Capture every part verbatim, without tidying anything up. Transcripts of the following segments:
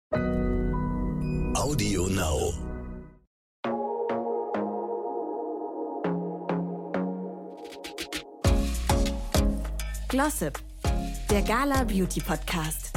Audio Now. Glossip, der Gala Beauty Podcast.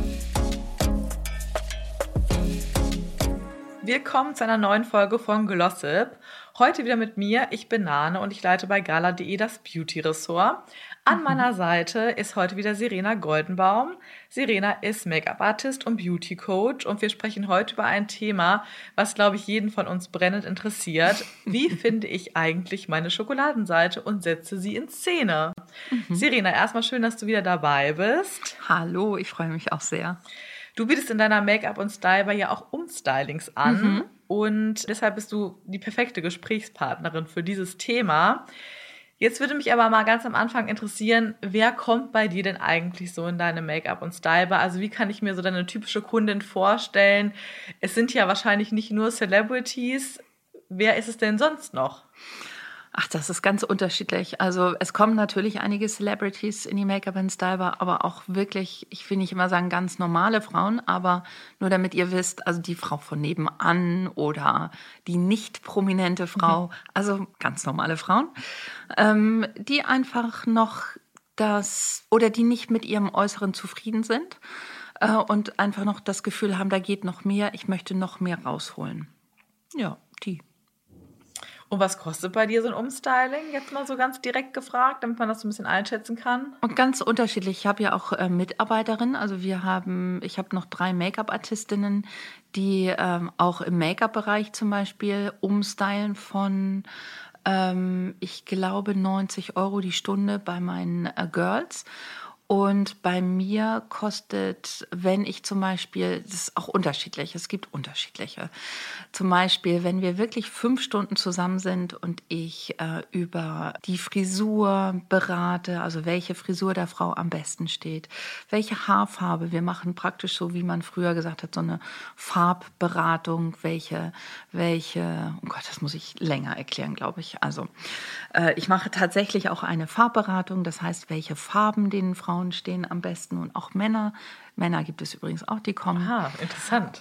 Willkommen zu einer neuen Folge von Glossip. Heute wieder mit mir, ich bin Nane und ich leite bei gala punkt de das Beauty-Ressort. An mhm. meiner Seite ist heute wieder Serena Goldenbaum. Serena ist Make-up-Artist und Beauty-Coach und wir sprechen heute über ein Thema, was, glaube ich, jeden von uns brennend interessiert. Wie finde ich eigentlich meine Schokoladenseite und setze sie in Szene? Mhm. Serena, erstmal schön, dass du wieder dabei bist. Hallo, ich freue mich auch sehr. Du bietest in deiner Make-up- und Stylebar ja auch Umstylings an mhm. und deshalb bist du die perfekte Gesprächspartnerin für dieses Thema. Jetzt würde mich aber mal ganz am Anfang interessieren, wer kommt bei dir denn eigentlich so in deine Make-up- und Stylebar? Also wie kann ich mir so deine typische Kundin vorstellen? Es sind ja wahrscheinlich nicht nur Celebrities. Wer ist es denn sonst noch? Ach, das ist ganz unterschiedlich. Also es kommen natürlich einige Celebrities in die Make-up- und Stylebar, aber auch wirklich, ich will nicht immer sagen ganz normale Frauen, aber nur damit ihr wisst, also die Frau von nebenan oder die nicht prominente Frau, mhm. also ganz normale Frauen, ähm, die einfach noch das oder die nicht mit ihrem Äußeren zufrieden sind äh, und einfach noch das Gefühl haben, da geht noch mehr, ich möchte noch mehr rausholen. Ja, die. Und was kostet bei dir so ein Umstyling? Jetzt mal so ganz direkt gefragt, damit man das so ein bisschen einschätzen kann. Und ganz unterschiedlich. Ich habe ja auch äh, Mitarbeiterinnen. Also wir haben, ich habe noch drei Make-up-Artistinnen, die ähm, auch im Make-up-Bereich zum Beispiel umstylen von, ähm, ich glaube, neunzig Euro die Stunde bei meinen äh, Girls. Und bei mir kostet, wenn ich zum Beispiel, das ist auch unterschiedlich, es gibt unterschiedliche. Zum Beispiel, wenn wir wirklich fünf Stunden zusammen sind und ich äh, über die Frisur berate, also welche Frisur der Frau am besten steht, welche Haarfarbe, wir machen praktisch so, wie man früher gesagt hat, so eine Farbberatung, welche, welche, oh Gott, das muss ich länger erklären, glaube ich. Also äh, ich mache tatsächlich auch eine Farbberatung, das heißt, welche Farben den Frauen stehen am besten und auch Männer. Männer gibt es übrigens auch, die kommen. Aha, interessant.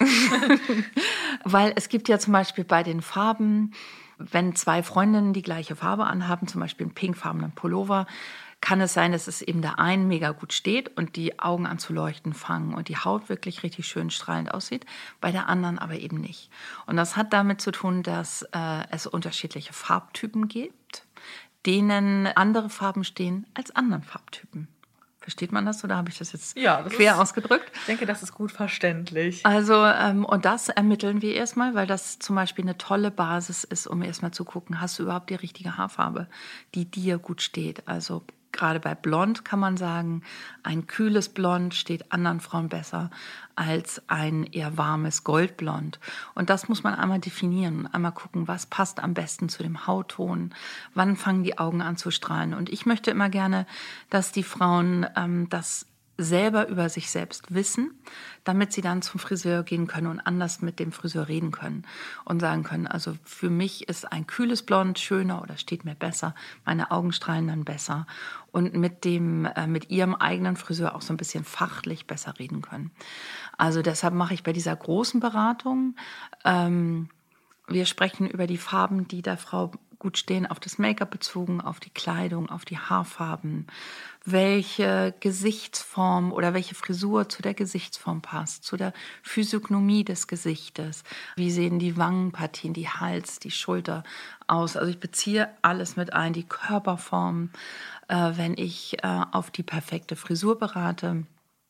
Weil es gibt ja zum Beispiel bei den Farben, wenn zwei Freundinnen die gleiche Farbe anhaben, zum Beispiel einen pinkfarbenen Pullover, kann es sein, dass es eben der einen mega gut steht und die Augen an zu leuchten fangen und die Haut wirklich richtig schön strahlend aussieht, bei der anderen aber eben nicht. Und das hat damit zu tun, dass äh, es unterschiedliche Farbtypen gibt, denen andere Farben stehen als anderen Farbtypen. Versteht man das oder habe ich das jetzt ja, das quer ist, ausgedrückt? Ich denke, das ist gut verständlich. Also, ähm, und das ermitteln wir erstmal, weil das zum Beispiel eine tolle Basis ist, um erstmal zu gucken, hast du überhaupt die richtige Haarfarbe, die dir gut steht. Also gerade bei Blond kann man sagen, ein kühles Blond steht anderen Frauen besser als ein eher warmes Goldblond. Und das muss man einmal definieren und einmal gucken, was passt am besten zu dem Hautton, wann fangen die Augen an zu strahlen. Und ich möchte immer gerne, dass die Frauen ähm, das selber über sich selbst wissen, damit sie dann zum Friseur gehen können und anders mit dem Friseur reden können und sagen können, also für mich ist ein kühles Blond schöner oder steht mir besser, meine Augen strahlen dann besser und mit dem äh, mit ihrem eigenen Friseur auch so ein bisschen fachlich besser reden können. Also deshalb mache ich bei dieser großen Beratung, ähm, wir sprechen über die Farben, die der Frau gut stehen, auf das Make-up bezogen, auf die Kleidung, auf die Haarfarben, welche Gesichtsform oder welche Frisur zu der Gesichtsform passt, zu der Physiognomie des Gesichtes. Wie sehen die Wangenpartien, die Hals, die Schulter aus? Also ich beziehe alles mit ein, die Körperform, äh, wenn ich äh, auf die perfekte Frisur berate.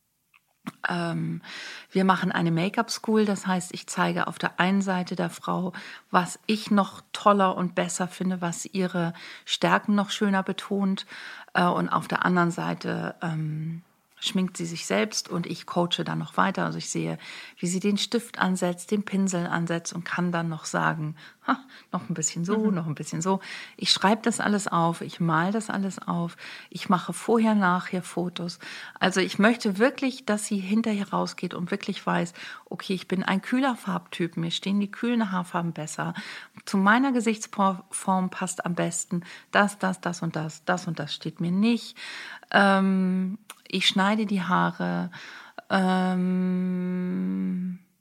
Ähm, wir machen eine Make-up-School, das heißt, ich zeige auf der einen Seite der Frau, was ich noch toller und besser finde, was ihre Stärken noch schöner betont äh, und auf der anderen Seite ähm, schminkt sie sich selbst und ich coache dann noch weiter. Also ich sehe, wie sie den Stift ansetzt, den Pinsel ansetzt und kann dann noch sagen, ha, noch ein bisschen so, mhm. noch ein bisschen so. Ich schreibe das alles auf, ich male das alles auf, ich mache vorher, nachher Fotos. Also ich möchte wirklich, dass sie hinterher rausgeht und wirklich weiß, okay, ich bin ein kühler Farbtyp, mir stehen die kühlen Haarfarben besser. Zu meiner Gesichtsform passt am besten das, das, das und das, das und das steht mir nicht. Ähm, ich schneide die Haare, ähm,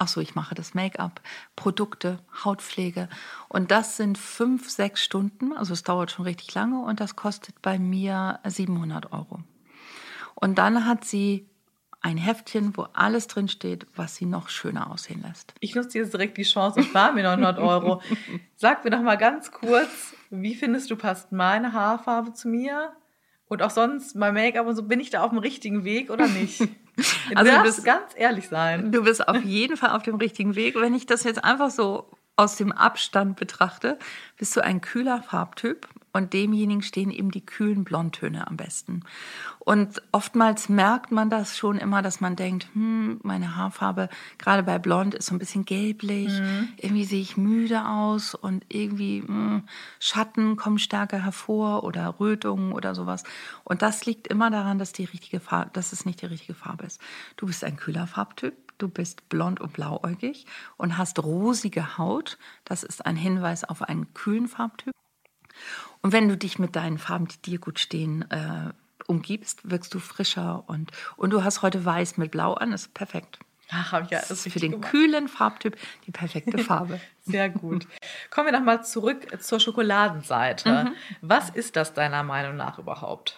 Ach so, ich mache das Make-up, Produkte, Hautpflege. Und das sind fünf, sechs Stunden. Also es dauert schon richtig lange und das kostet bei mir siebenhundert Euro. Und dann hat sie ein Heftchen, wo alles drin steht, was sie noch schöner aussehen lässt. Ich nutze jetzt direkt die Chance und spare mir noch hundert Euro. Sag mir doch mal ganz kurz, wie findest du, passt meine Haarfarbe zu mir? Und auch sonst mein Make-up und so, bin ich da auf dem richtigen Weg oder nicht? Du Also du darfst bist- ganz ehrlich sein. Du bist auf jeden Fall auf dem richtigen Weg. Wenn ich das jetzt einfach so aus dem Abstand betrachte, bist du ein kühler Farbtyp und demjenigen stehen eben die kühlen Blondtöne am besten. Und oftmals merkt man das schon immer, dass man denkt, hm, meine Haarfarbe, gerade bei Blond, ist so ein bisschen gelblich, irgendwie sehe ich müde aus und irgendwie hm, Schatten kommen stärker hervor oder Rötungen oder sowas. Und das liegt immer daran, dass, die richtige Farbe, dass es nicht die richtige Farbe ist. Du bist ein kühler Farbtyp. Du bist blond und blauäugig und hast rosige Haut. Das ist ein Hinweis auf einen kühlen Farbtyp. Und wenn du dich mit deinen Farben, die dir gut stehen, äh, umgibst, wirkst du frischer. Und, und du hast heute weiß mit blau an, ist perfekt. Ach, hab ich ja, Das ist für richtig den gemacht. kühlen Farbtyp die perfekte Farbe. Sehr gut. Kommen wir nochmal zurück zur Schokoladenseite. Was ist das deiner Meinung nach überhaupt?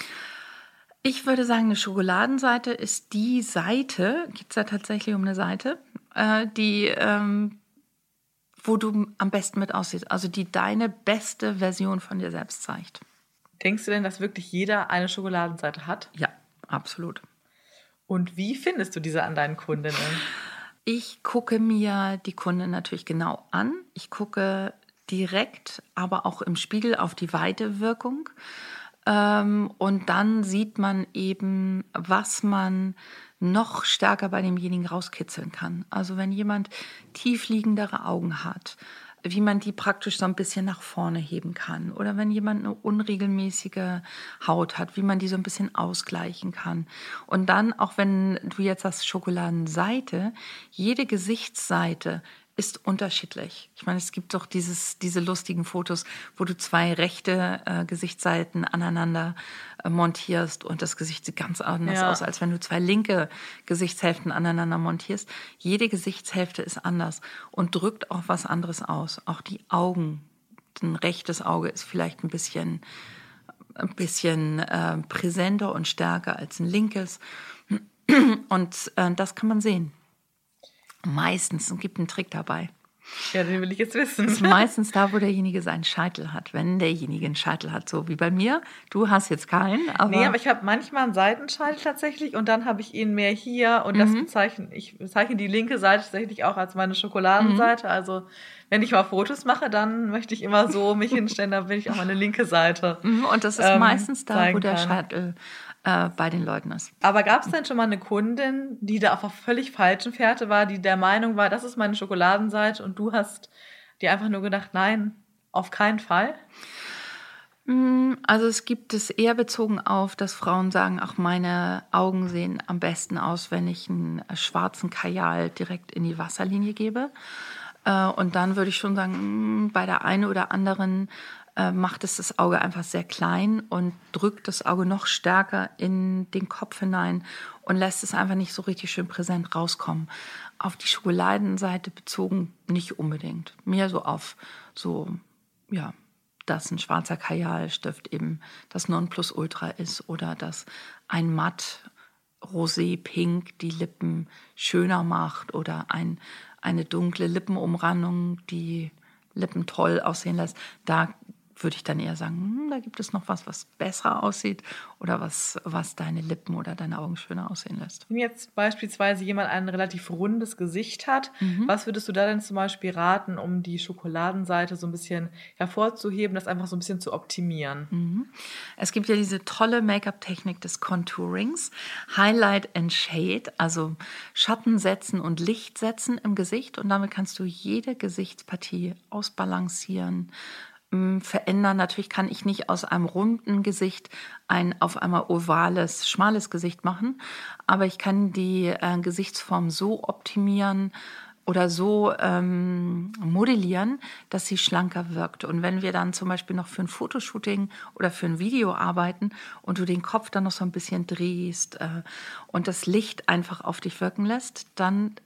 Ich würde sagen, eine Schokoladenseite ist die Seite, geht es da tatsächlich um eine Seite, äh, die, ähm, wo du am besten mit aussiehst, also die deine beste Version von dir selbst zeigt. Denkst du denn, dass wirklich jeder eine Schokoladenseite hat? Ja, absolut. Und wie findest du diese an deinen Kundinnen? Ich gucke mir die Kunden natürlich genau an. Ich gucke direkt, aber auch im Spiegel auf die Weitewirkung. Ähm, und dann sieht man eben, was man noch stärker bei demjenigen rauskitzeln kann. Also wenn jemand tiefliegendere Augen hat, wie man die praktisch so ein bisschen nach vorne heben kann. Oder wenn jemand eine unregelmäßige Haut hat, wie man die so ein bisschen ausgleichen kann. Und dann, auch wenn du jetzt sagst Schokoladenseite, jede Gesichtsseite ist unterschiedlich. Ich meine, es gibt doch dieses, diese lustigen Fotos, wo du zwei rechte äh, Gesichtsseiten aneinander äh, montierst und das Gesicht sieht ganz anders Ja. aus, als wenn du zwei linke Gesichtshälften aneinander montierst. Jede Gesichtshälfte ist anders und drückt auch was anderes aus. Auch die Augen. Ein rechtes Auge ist vielleicht ein bisschen, ein bisschen äh, präsenter und stärker als ein linkes. Und äh, das kann man sehen. Meistens, es gibt einen Trick dabei. Ja, den will ich jetzt wissen. Das ist meistens da, wo derjenige seinen Scheitel hat. Wenn derjenige einen Scheitel hat, so wie bei mir. Du hast jetzt keinen, aber... Nee, aber ich habe manchmal einen Seitenscheitel tatsächlich und dann habe ich ihn mehr hier und das bezeichne ich bezeichne die linke Seite tatsächlich auch als meine Schokoladenseite. Also wenn ich mal Fotos mache, dann möchte ich immer so mich hinstellen, dann bin ich auch meine linke Seite. Mhm, und das ist ähm, meistens da, wo zeigen der kann. Scheitel äh, bei den Leuten ist. Aber gab es denn schon mal eine Kundin, die da auf einer völlig falschen Fährte war, die der Meinung war, das ist meine Schokoladenseite und du hast dir einfach nur gedacht, nein, auf keinen Fall? Also es gibt es eher bezogen auf, dass Frauen sagen, ach, meine Augen sehen am besten aus, wenn ich einen schwarzen Kajal direkt in die Wasserlinie gebe. Äh, Und dann würde ich schon sagen, mh, bei der einen oder anderen äh, macht es das Auge einfach sehr klein und drückt das Auge noch stärker in den Kopf hinein und lässt es einfach nicht so richtig schön präsent rauskommen. Auf die Schokoladenseite bezogen nicht unbedingt. Mehr so auf so, ja, dass ein schwarzer Kajalstift eben das Nonplusultra ist oder dass ein matt rosé-pink die Lippen schöner macht oder ein, eine dunkle Lippenumrandung die Lippen toll aussehen lässt. Da würde ich dann eher sagen, hm, da gibt es noch was, was besser aussieht oder was, was deine Lippen oder deine Augen schöner aussehen lässt. Wenn jetzt beispielsweise jemand ein relativ rundes Gesicht hat, was würdest du da denn zum Beispiel raten, um die Schokoladenseite so ein bisschen hervorzuheben, das einfach so ein bisschen zu optimieren? Es gibt ja diese tolle Make-up-Technik des Contourings, Highlight and Shade, also Schatten setzen und Licht setzen im Gesicht und damit kannst du jede Gesichtspartie ausbalancieren, mh, verändern. Natürlich kann ich nicht aus einem runden Gesicht ein auf einmal ovales, schmales Gesicht machen, aber ich kann die äh, Gesichtsform so optimieren oder so ähm, modellieren, dass sie schlanker wirkt. Und wenn wir dann zum Beispiel noch für ein Fotoshooting oder für ein Video arbeiten und du den Kopf dann noch so ein bisschen drehst äh, und das Licht einfach auf dich wirken lässt, dann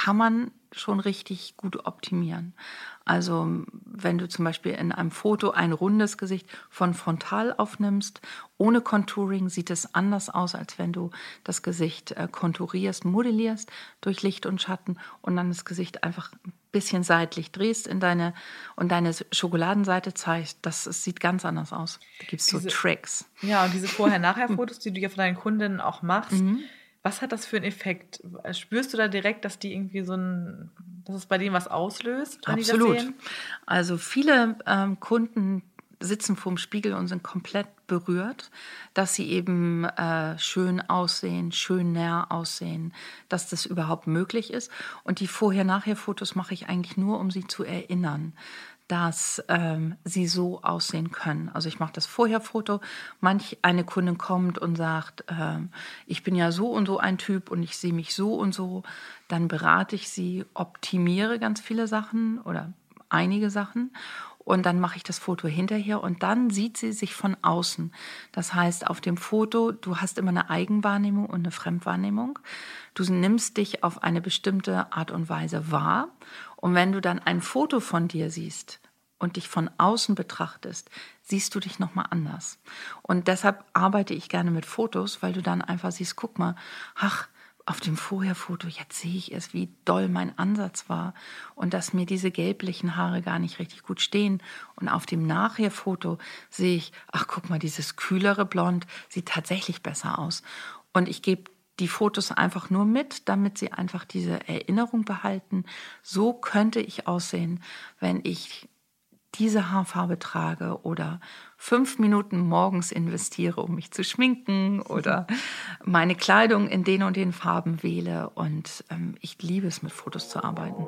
kann man schon richtig gut optimieren. Also wenn du zum Beispiel in einem Foto ein rundes Gesicht von frontal aufnimmst, ohne Contouring, sieht es anders aus, als wenn du das Gesicht äh, konturierst, modellierst durch Licht und Schatten und dann das Gesicht einfach ein bisschen seitlich drehst in deine, und deine Schokoladenseite zeigst. Das, das sieht ganz anders aus. Da gibt es so Tricks. Ja, und diese Vorher-Nachher-Fotos, die du ja von deinen Kundinnen auch machst, mhm. was hat das für einen Effekt? Spürst du da direkt, dass die irgendwie so ein, dass es bei denen was auslöst, wenn Absolut. Die das sehen? Also viele ähm, Kunden sitzen vorm Spiegel und sind komplett berührt, dass sie eben äh, schön aussehen, schön näher aussehen, dass das überhaupt möglich ist. Und die Vorher-Nachher-Fotos mache ich eigentlich nur, um sie zu erinnern, dass ähm, sie so aussehen können. Also ich mache das Vorher-Foto. Manch eine Kundin kommt und sagt, ähm, ich bin ja so und so ein Typ und ich sehe mich so und so. Dann berate ich sie, optimiere ganz viele Sachen oder einige Sachen. Und dann mache ich das Foto hinterher und dann sieht sie sich von außen. Das heißt, auf dem Foto, du hast immer eine Eigenwahrnehmung und eine Fremdwahrnehmung. Du nimmst dich auf eine bestimmte Art und Weise wahr. Und wenn du dann ein Foto von dir siehst und dich von außen betrachtest, siehst du dich nochmal anders. Und deshalb arbeite ich gerne mit Fotos, weil du dann einfach siehst, guck mal, ach, auf dem Vorherfoto, jetzt sehe ich es, wie doll mein Ansatz war und dass mir diese gelblichen Haare gar nicht richtig gut stehen. Und auf dem Nachherfoto sehe ich, ach guck mal, dieses kühlere Blond sieht tatsächlich besser aus. Und ich gebe die Fotos einfach nur mit, damit sie einfach diese Erinnerung behalten. So könnte ich aussehen, wenn ich diese Haarfarbe trage oder fünf Minuten morgens investiere, um mich zu schminken oder meine Kleidung in den und den Farben wähle. Und ähm, ich liebe es, mit Fotos zu arbeiten.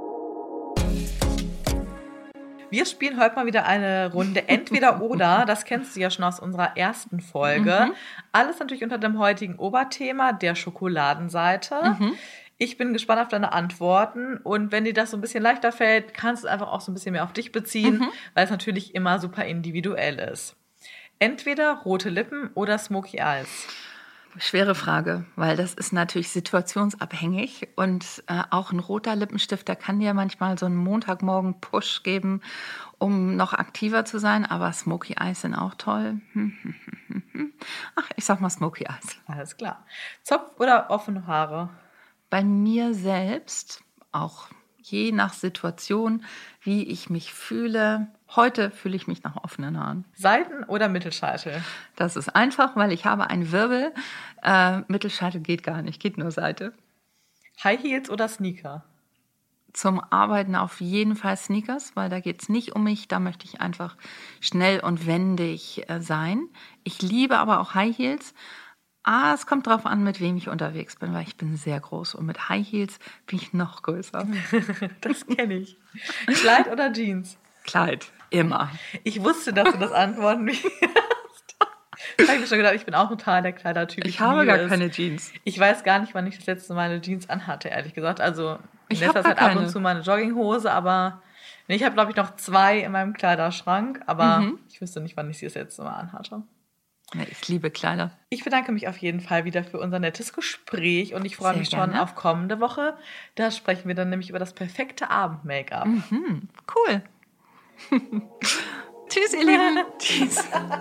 Wir spielen heute mal wieder eine Runde Entweder-Oder. Das kennst du ja schon aus unserer ersten Folge. Mhm. Alles natürlich unter dem heutigen Oberthema, der Schokoladenseite. Mhm. Ich bin gespannt auf deine Antworten und wenn dir das so ein bisschen leichter fällt, kannst du es einfach auch so ein bisschen mehr auf dich beziehen, mhm. weil es natürlich immer super individuell ist. Entweder rote Lippen oder Smoky Eyes. Schwere Frage, weil das ist natürlich situationsabhängig und äh, auch ein roter Lippenstift, der kann dir manchmal so einen Montagmorgen-Push geben, um noch aktiver zu sein, aber Smoky Eyes sind auch toll. Ach, ich sag mal Smoky Eyes. Alles klar. Zopf oder offene Haare? Bei mir selbst, auch je nach Situation, wie ich mich fühle. Heute fühle ich mich nach offenen Haaren. Seiten- oder Mittelscheitel? Das ist einfach, weil ich habe einen Wirbel. Äh, Mittelscheitel geht gar nicht, geht nur Seite. High Heels oder Sneaker? Zum Arbeiten auf jeden Fall Sneakers, weil da geht es nicht um mich. Da möchte ich einfach schnell und wendig äh, sein. Ich liebe aber auch High Heels. Ah, es kommt drauf an, mit wem ich unterwegs bin, weil ich bin sehr groß und mit High Heels bin ich noch größer. Das kenne ich. Kleid oder Jeans? Kleid, immer. Ich wusste, dass du das antworten wirst. Ich habe mir schon gedacht, ich bin auch total der Kleidertyp. Ich, ich habe gar es. keine Jeans. Ich weiß gar nicht, wann ich das letzte Mal eine Jeans anhatte, ehrlich gesagt. Also in letzter Zeit ab und zu mal eine Jogginghose, aber ich habe, glaube ich, noch zwei in meinem Kleiderschrank, aber mhm. ich wüsste nicht, wann ich sie das letzte Mal anhatte. Ich liebe Kleider. Ich bedanke mich auf jeden Fall wieder für unser nettes Gespräch und ich freue Sehr mich schon gerne. auf kommende Woche. Da sprechen wir dann nämlich über das perfekte Abend-Make-up. Mhm, cool. Tschüss, ihr Lieben. Tschüss.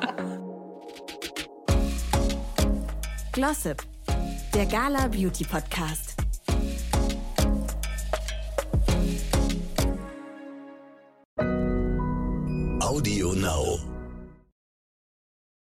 Glossip, der Gala Beauty Podcast. Audio Now.